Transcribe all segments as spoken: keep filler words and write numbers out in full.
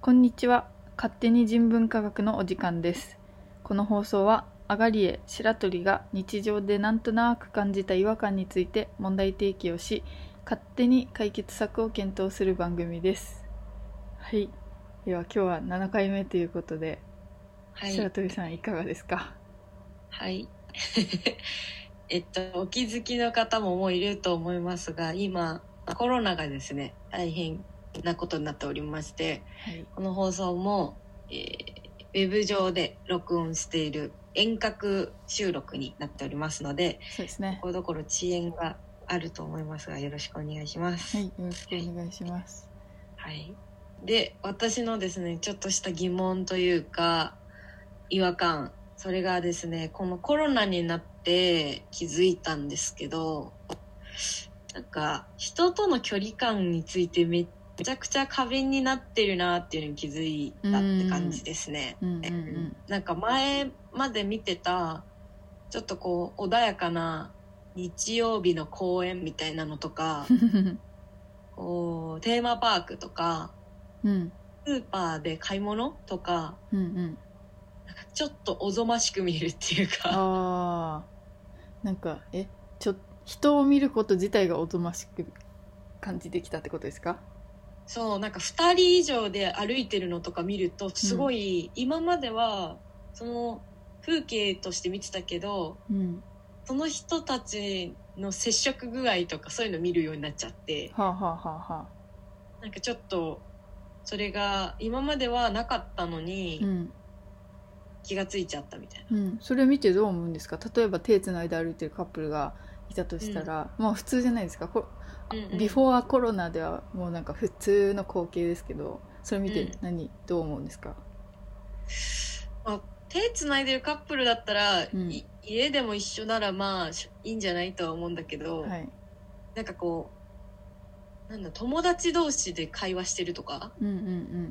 こんにちは。勝手に人文科学のお時間です。この放送はアガリエ白鳥が日常でなんとなく感じた違和感について問題提起をし、勝手に解決策を検討する番組です。はい。では今日はななかいめということで、 はい、 白鳥さんいかがですか？ はいえっとお気づきの方ももういると思いますが、今コロナがですね大変なことになっておりまして、 はい、 この放送も、えー、ウェブ上で録音している遠隔収録になっておりますので、 そうですね。 ところどころ遅延があると思いますが、よろしくお願いします。 はい、よろしくお願いします。 はい。で、私のですねちょっとした疑問というか違和感、それがですね、このコロナになって気づいたんですけど、なんか人との距離感についてめちゃくちゃ過敏になってるなっていうのに気づいたって感じですね。 うんうんうん、 なんか前まで見てたちょっとこう穏やかな日曜日の公園みたいなのとかこうテーマパークとか、 うん、 スーパーで買い物とか、 うんうん、 なんかちょっとおぞましく見るっていうか、 あー、なんかえちょ人を見ること自体がおとなしく感じてきたってことですか？ そう、なんかふたり以上で歩いてるのとか見るとすごい、うん、今まではその風景として見てたけど、 うん、 その人たちの接触具合とかそういうの見るようになっちゃって、 はあはあはあはあ、なんかちょっとそれが今まではなかったのに、うん、気がついちゃったみたいな、 うん、それ見てどう思うんですか？例えば手つないで歩いてるカップルがいたとしたら、うん、まあ普通じゃないですか。こ、うんうん、ビフォーコロナではもうなんか普通の光景ですけど、それ見て何、うん、どう思うんですか？ まあ、手つないでるカップルだったら、うん、家でも一緒ならまあいいんじゃないとは思うんだけど、はい、なんかこうなんだ友達同士で会話してるとか、うんうんうん、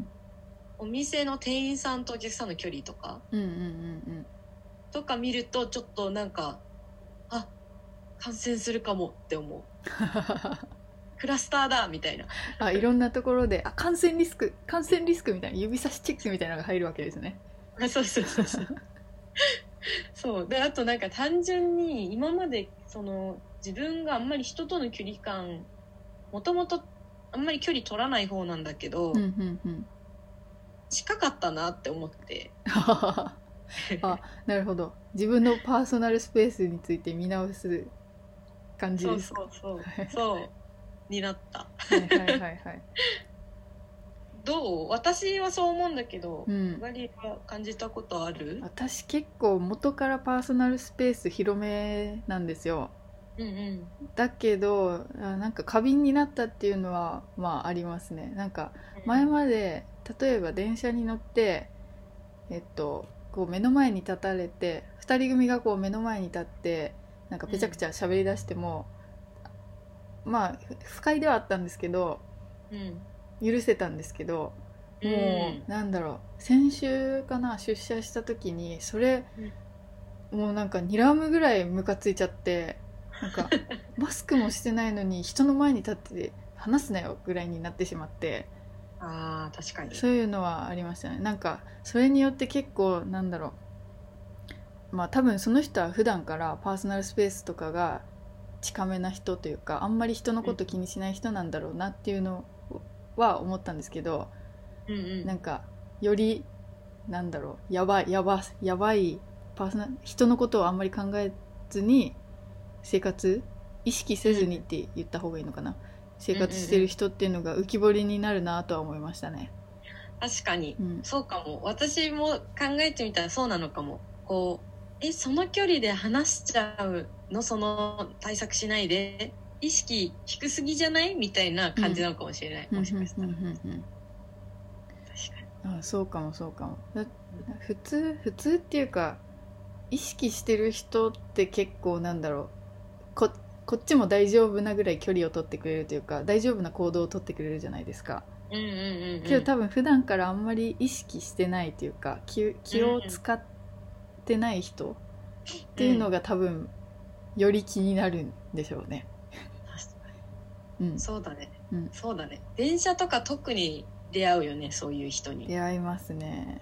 お店の店員さんとお客さんの距離とか、うんうんうんうん、とか見るとちょっとなんかあ感染するかもって思うクラスターだみたいなあ、いろんなところであ感染リスク感染リスクみたいな指差しチェックみたいなのが入るわけですね。 あそうそうそうそうそうで、あとなんか単純に今までその自分があんまり人との距離感もともとあんまり距離取らない方なんだけど、うんうんうん、近かったなって思ってあ、なるほど。自分のパーソナルスペースについて見直す感じですか？ そうそうそうそうになったはいはいはいはいどう？私はそう思うんだけど、うん、ガリは感じたことある？ 私結構元からパーソナルスペース広めなんですよ。うんうん、だけどなんか過敏になったっていうのはまあありますね。なんか前まで例えば電車に乗ってえっとこう目の前に立たれてふたり組がこう目の前に立ってなんかぺちゃくちゃ喋り出しても、うん、まあ不快ではあったんですけど、うん、許せたんですけど、もう、うん、なんだろう先週かな出社した時にそれ、うん、もうなんかにラムぐらいムカついちゃって、なんかマスクもしてないのに人の前に立って話すなよぐらいになってしまって、 あー確かにそういうのはありましたね。なんかそれによって結構なんだろう、まあ多分その人は普段からパーソナルスペースとかが近めな人というかあんまり人のこと気にしない人なんだろうなっていうのは思ったんですけど、うんうん、なんかよりなんだろうやばいやばやばいパーソナ人のことをあんまり考えずに生活意識せずにって言った方がいいのかな、うん、生活してる人っていうのが浮き彫りになるなとは思いましたね。 確かに、うん、そうかも。私も考えてみたらそうなのかも。こうえその距離で話しちゃうの、その対策しないで意識低すぎじゃないみたいな感じなのかもしれない、うん、もしかしたら、うんうんうんうん、確かにあそうかもそうかも。だ普通普通っていうか意識してる人って結構なんだろう こ, こっちも大丈夫なぐらい距離を取ってくれるというか大丈夫な行動を取ってくれるじゃないですか。うんうんうんうん、けど多分普段からあんまり意識してないというか 気, 気を使ってない人っていうのが多分より気になるんでしょうね。 確かに、うん、そうだね、うん、そうだね。電車とか特に出会うよね、そういう人に。 出会いますね。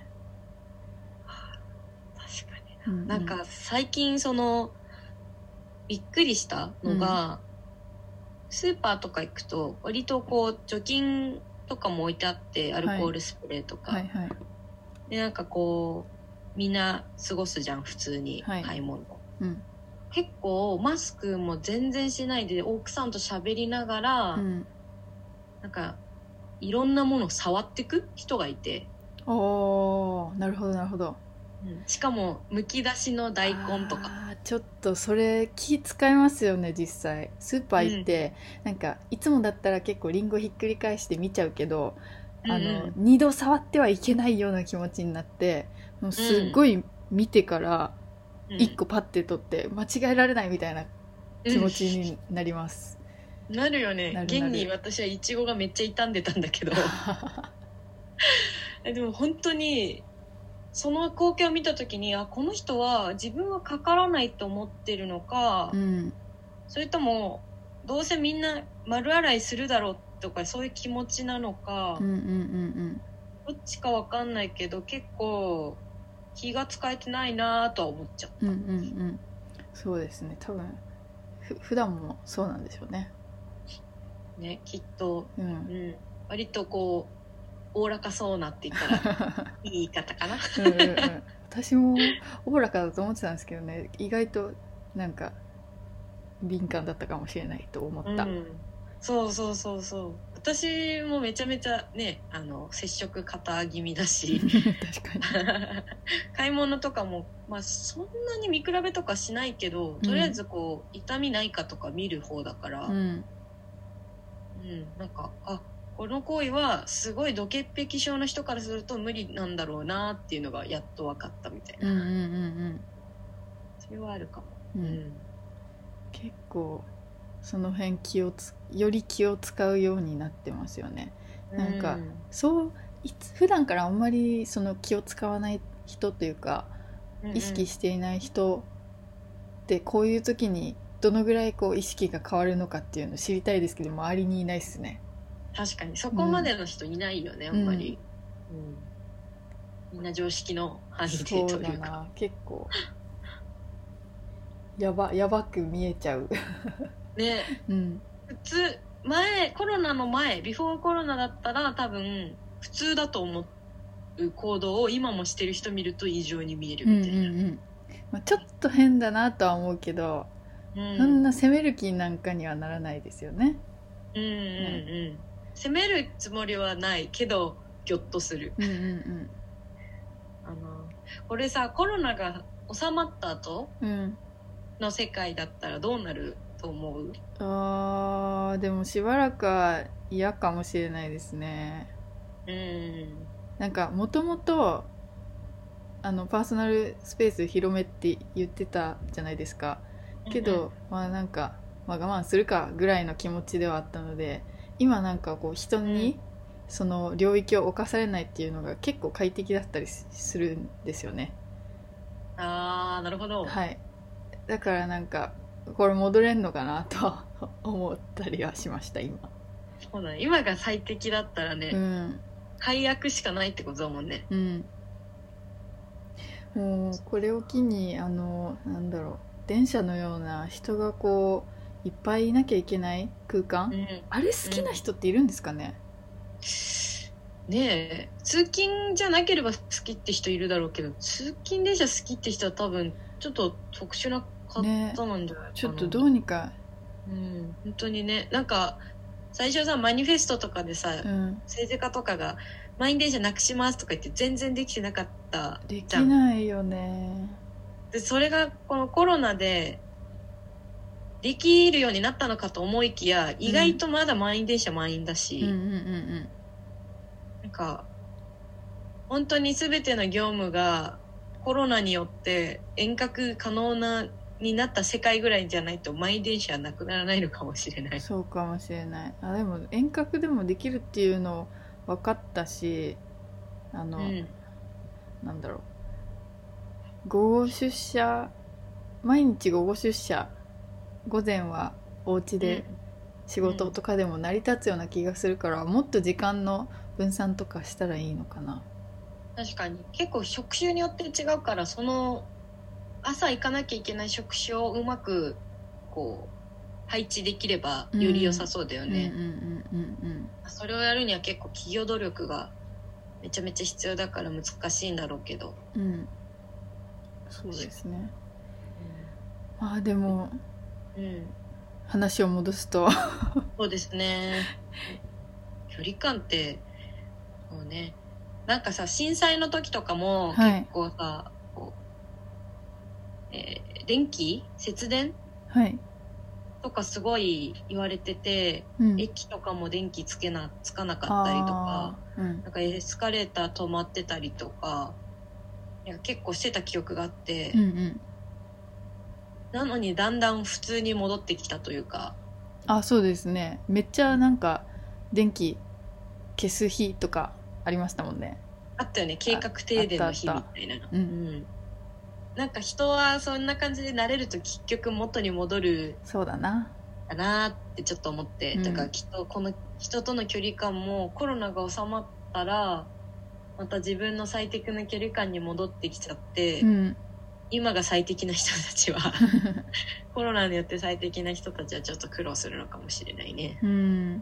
確かにな、うんうん、なんか最近そのびっくりしたのが、うん、スーパーとか行くと割とこう除菌とかも置いてあって、アルコールスプレーとか、はいはいはい、でなんかこうみんな過ごすじゃん普通に買い物、はい、うん、結構マスクも全然しないで奥さんと喋りながら、うん、なんかいろんなものを触ってく人がいて、 おー、なるほどなるほど、 うん、しかもむき出しの大根とか。 あ、ちょっとそれ気使いますよね実際。スーパー行って、うん、なんかいつもだったら結構リンゴひっくり返して見ちゃうけど、あの、うん、二度触ってはいけないような気持ちになって、もうすっごい見てから一個パッて取って間違えられないみたいな気持ちになります、 うん、なるよね。現に私はイチゴがめっちゃ傷んでたんだけどでも本当にその光景を見た時に、あ、この人は自分はかからないと思ってるのか、うん、それともどうせみんな丸洗いするだろうとかそういう気持ちなのか、うんうんうんうん、どっちかわかんないけど結構気が使えてないなとは思っちゃった、うんうんうん、 そうですね。多分ふ普段もそうなんでしょうね。 ね、きっと、うんうん、割とこうおおらかそうなって言ったらいい言い方かなうんうん、うん、 私もおおらかだと思ってたんですけどね、意外となんか敏感だったかもしれないと思った、うん、 そうそうそうそう。私もめちゃめちゃね、あの接触肩気味だし確かに買い物とかも、まあ、そんなに見比べとかしないけど、とりあえずこう痛みないかとか見る方だから、うん、うん、なんかあこの行為はすごいド潔癖症の人からすると無理なんだろうなっていうのがやっと分かったみたいな、うんうんうんうん、それはあるかも、うん、 結構その辺気をつより気を使うようになってますよね。なんか、うん、そういつ普段からあんまりその気を使わない人というか、うんうん、意識していない人ってこういう時にどのぐらいこう意識が変わるのかっていうのを知りたいですけど、周りにいないですね。 確かにそこまでの人いないよね、うん、あんまり、うん、みんな常識の範囲でというか。そうだな、 結構やばやばく見えちゃうね、うん、普通前コロナの前ビフォーコロナだったら多分普通だと思う行動を今もしてる人見ると異常に見えるみたいな、うんうんうん、 まあ、ちょっと変だなとは思うけど、うん、そんな責める気なんかにはならないですよね。 うんうんうん、ね、責めるつもりはないけどギョッとする、うんうんうん、あのこれさコロナが収まった後の世界だったらどうなると思う？ あーでもしばらくは嫌かもしれないですね。うん、なんかもともとあのパーソナルスペース広めって言ってたじゃないですか。けど、うん、まあなんか、まあ、我慢するかぐらいの気持ちではあったので、今なんかこう人にその領域を侵されないっていうのが結構快適だったりするんですよね。 あーなるほど。 はい。だからなんかこれ戻れんのかなと思ったりはしました今。 そうだね、今が最適だったらね、うん、解約しかないってことだもんね。うん。 もうこれを機にあのなんだろう、電車のような人がこういっぱいいなきゃいけない空間、うん、あれ好きな人っているんですかね、 うん、ねえ通勤じゃなければ好きって人いるだろうけど、通勤電車好きって人は多分ちょっと特殊な方なんじゃないかな、ね、 ちょっとどうにか、 うん、本当にね、なんか最初さマニフェストとかでさ、うん、政治家とかが満員電車なくしますとか言って全然できてなかったじゃん。できないよね。 でそれがこのコロナでできるようになったのかと思いきや、意外とまだ満員電車満員だし、うんうんうんうん、なんか本当に全ての業務がコロナによって遠隔可能なになった世界ぐらいじゃないと満員電車はなくならないのかもしれない。 そうかもしれない。あでも遠隔でもできるっていうの分かったし、あの、うん、なんだろう、午後出社、毎日午後出社、午前はお家で仕事とかでも成り立つような気がするから、うん、もっと時間の分散とかしたらいいのかな。 確かに結構職種によって違うから、その朝行かなきゃいけない職種をうまくこう配置できればより良さそうだよね。それをやるには結構企業努力がめちゃめちゃ必要だから難しいんだろうけど、 うん、そうですね、うん、まあでも、うん、話を戻すとそうですね、距離感ってもうね、なんかさ震災の時とかも結構さ、はい、こう、えー、電気節電、 はい、 とかすごい言われてて、うん、駅とかも電気つけなつかなかったりとか、うん、なんかエスカレーター止まってたりとか、いや結構してた記憶があって、うんうん、なのにだんだん普通に戻ってきたというか。 あ、そうですね、めっちゃなんか電気消す日とかありましたもんね。 あったよね、計画停電の日みたいな。うん、うん、なんか人はそんな感じで慣れると結局元に戻る。 そうだな。 だなってちょっと思って、うん、だからきっとこの人との距離感もコロナが収まったらまた自分の最適な距離感に戻ってきちゃって、うん、今が最適な人たちはコロナによって最適な人たちはちょっと苦労するのかもしれないね。 うん、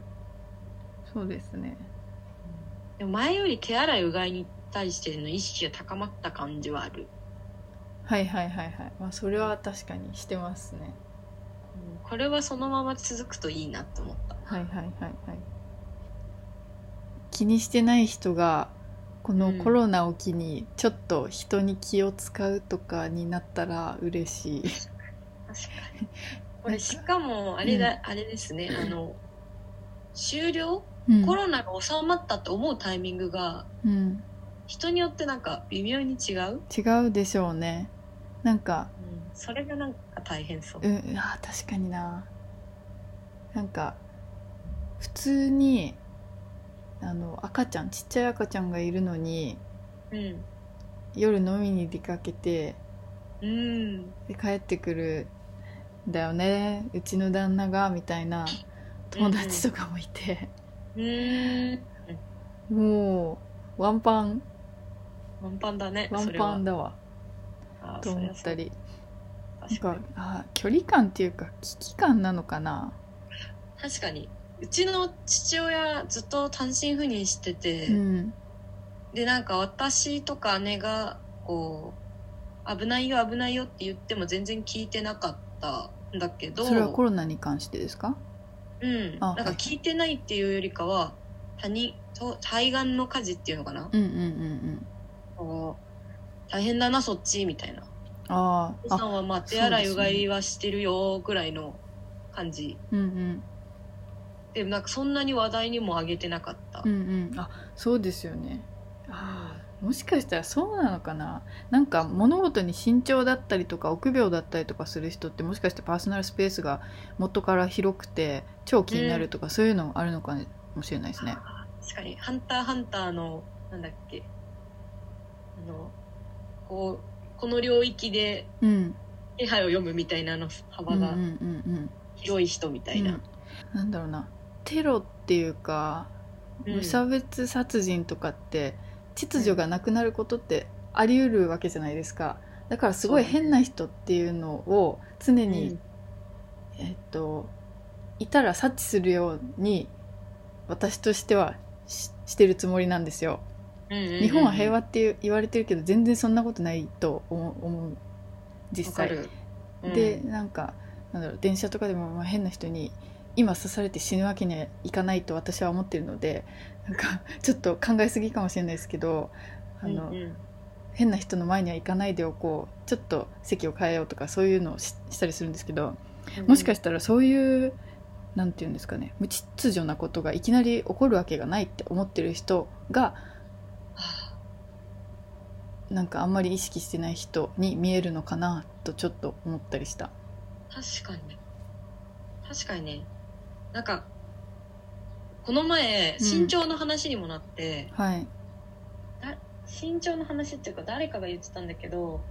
そうですね。 でも前より手洗いうがいに対しての意識が高まった感じはある。 はいはいはいはい、まあ、それは確かにしてますね、 うん、これはそのまま続くといいなと思った。 はいはいはいはい。気にしてない人がこのコロナを機にちょっと人に気を使うとかになったら嬉しい。確かにこれしかもあれだ、うん、あれですね、あの終了、うん、コロナが収まったと思うタイミングが、うん、人によってなんか微妙に違う違うでしょうね。なんか、 うん、それがなんか大変そう。 うん、あ、確かにな。なんか普通にあの赤ちゃんちっちゃい赤ちゃんがいるのに、うん、夜飲みに出かけて、うん、で帰ってくるんだよねうちの旦那がみたいな友達とかもいて、うん、もうワンパンワンパンだね。 ワンパンだわと思ったり、なんかあ距離感っていうか危機感なのかな。 確かにうちの父親ずっと単身赴任してて、うん、でなんか私とか姉がこう危ないよ危ないよって言っても全然聞いてなかったんだけど。 それはコロナに関してですか？ うん、なんか聞いてないっていうよりかは他人対岸の火事っていうのかな、うんうんうんうん、大変だなそっちみたいな。あお父さんはまあ手洗いうがいはしてるよぐらいの感じ、うんうん、でもなんかそんなに話題にも上げてなかった、 うんうん、あそうですよね。あもしかしたらそうなのかな。なんか物事に慎重だったりとか臆病だったりとかする人ってもしかしてパーソナルスペースが元から広くて超気になるとか、うん、そういうのあるのかもしれないですね。 確かにハンターハンターのなんだっけあのこうこの領域で気配を読むみたいなの幅が広い人みたいな、うんうんうん、なんだろうなテロっていうか無差別殺人とかって秩序がなくなることってあり得るわけじゃないですか。だからすごい変な人っていうのを常に、うんえっと、いたら察知するように私としては し, してるつもりなんですよ、うんうんうんうん、日本は平和って言われてるけど全然そんなことないと思 う, 思う実際、うん、でなんかなんだろう電車とかでもまあ変な人に今刺されて死ぬわけにはいかないと私は思ってるのでなんかちょっと考えすぎかもしれないですけどあの、うんうん、変な人の前には行かないでおこうちょっと席を変えようとかそういうのを し, したりするんですけど、うん、もしかしたらそういうなんていうんですかね無秩序なことがいきなり起こるわけがないって思ってる人がなんかあんまり意識してない人に見えるのかなとちょっと思ったりした。 確かに確かにね。なんかこの前身長の話にもなって、うんはい、身長の話っていうか誰かが言ってたんだけど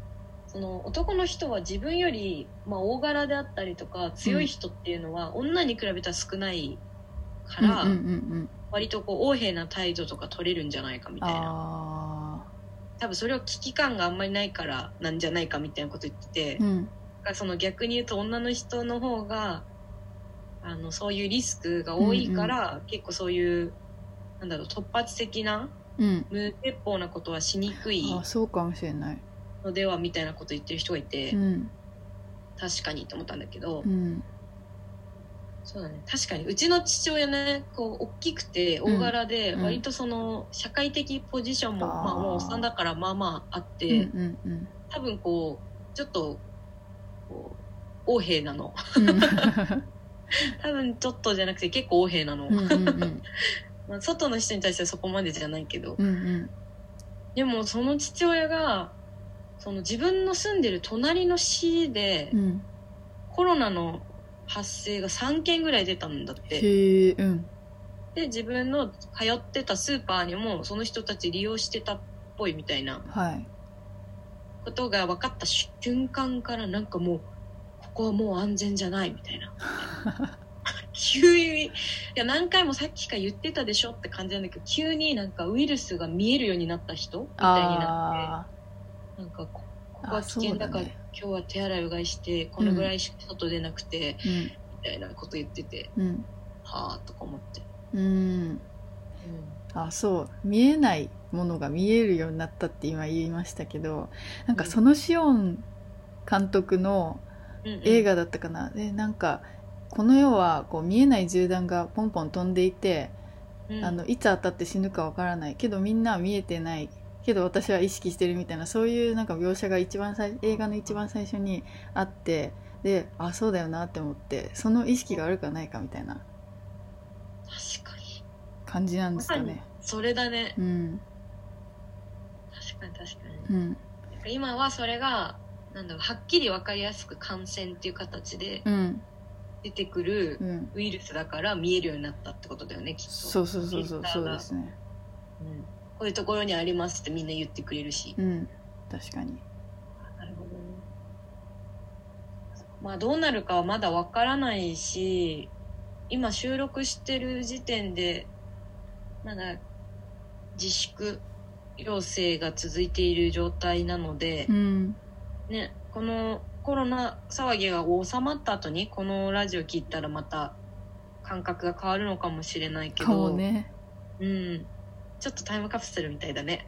その男の人は自分より、まあ、大柄であったりとか強い人っていうのは、うん、女に比べたら少ないから、うんうんうんうん、割とこう横柄な態度とか取れるんじゃないかみたいな、多分それを危機感があんまりないからなんじゃないかみたいなこと言ってて、うん、その逆に言うと女の人の方があのそういうリスクが多いから、うんうん、結構そういうなんだろう突発的な、うん、無鉄砲なことはしにくいあそうかもしれないのではみたいなこと言ってる人がいて、うん、確かにと思ったんだけど、うん、そうだね確かにうちの父親ねこう大きくて大柄で、うん、割とその社会的ポジションも、うんまあ、もうおっさんだからまあまああって、うんうんうん、多分こうちょっとこう横柄なの、うん多分ちょっとじゃなくて結構横柄なの、うんうんうんまあ、外の人に対してはそこまでじゃないけど、うんうん、でもその父親がその自分の住んでる隣の市で、うん、コロナの発生がさんけんぐらい出たんだって。へ、うん、で自分の通ってたスーパーにもその人たち利用してたっぽいみたいなことが分かった瞬間からなんかもうここはもう安全じゃないみたいな急にいや何回もさっきから言ってたでしょって感じなんだけど急になんかウイルスが見えるようになった人みたいになってなんか こ, ここは危険だから、ね、今日は手洗いうがいしてこのぐらいしか外出なくて、うん、みたいなこと言ってて、うん、はあとか思ってうん、うん、 あそう見えないものが見えるようになったって今言いましたけどなんかそのシオン監督の映画だったかな、うんうん、でなんかこの世はこう見えない銃弾がポンポン飛んでいて、うん、あのいつ当たって死ぬかわからないけどみんなは見えてないけど私は意識してるみたいなそういうなんか描写が一番最映画の一番最初にあってであそうだよなって思ってその意識があるかないかみたいな確かに感じなんですかね、ま、 それだね、うん、確かに確かに、うん、今はそれがなんだろうはっきり分かりやすく感染っていう形で出てくるウイルスだから見えるようになったってことだよね、きっと。 そうそうそうそうそうですね、 うん、こういうところにありますってみんな言ってくれるし、 うん、確かに。 なるほどね。まあどうなるかはまだ分からないし今収録してる時点でまだ自粛要請が続いている状態なので、うんね、このコロナ騒ぎが収まった後にこのラジオ聞いたらまた感覚が変わるのかもしれないけど、 そうね、 うん、ちょっとタイムカプセルみたいだね、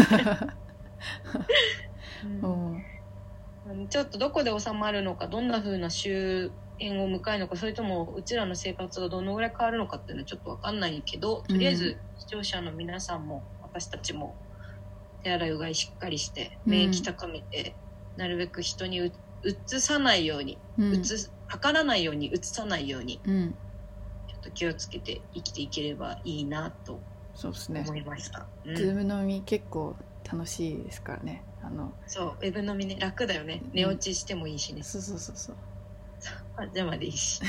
うんうん、ちょっとどこで収まるのかどんな風な終焉を迎えるのかそれともうちらの生活がどのぐらい変わるのかっていうのはちょっと分かんないけどとりあえず視聴者の皆さんも私たちも手洗いうがいしっかりして免疫高めて、うん、なるべく人にうつさないように、うん、うつかからないようにうつさないように、うん、ちょっと気をつけて生きていければいいなと思いました。 そうですね、うん、ズーム飲み結構楽しいですからね。あのそうウェブ飲みね楽だよね、寝落ちしてもいいしね、 うん、そうそうそうそうパジャマでいいし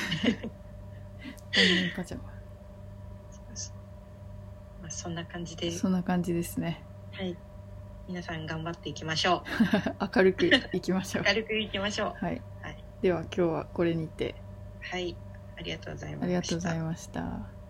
パジャマそうそう、まあ、そんな感じでそんな感じですね。 はい、皆さん頑張っていきましょう明るくいきましょう明るくいきましょう、 はいはい、では今日はこれにて、 はい、ありがとうございました。 ありがとうございました。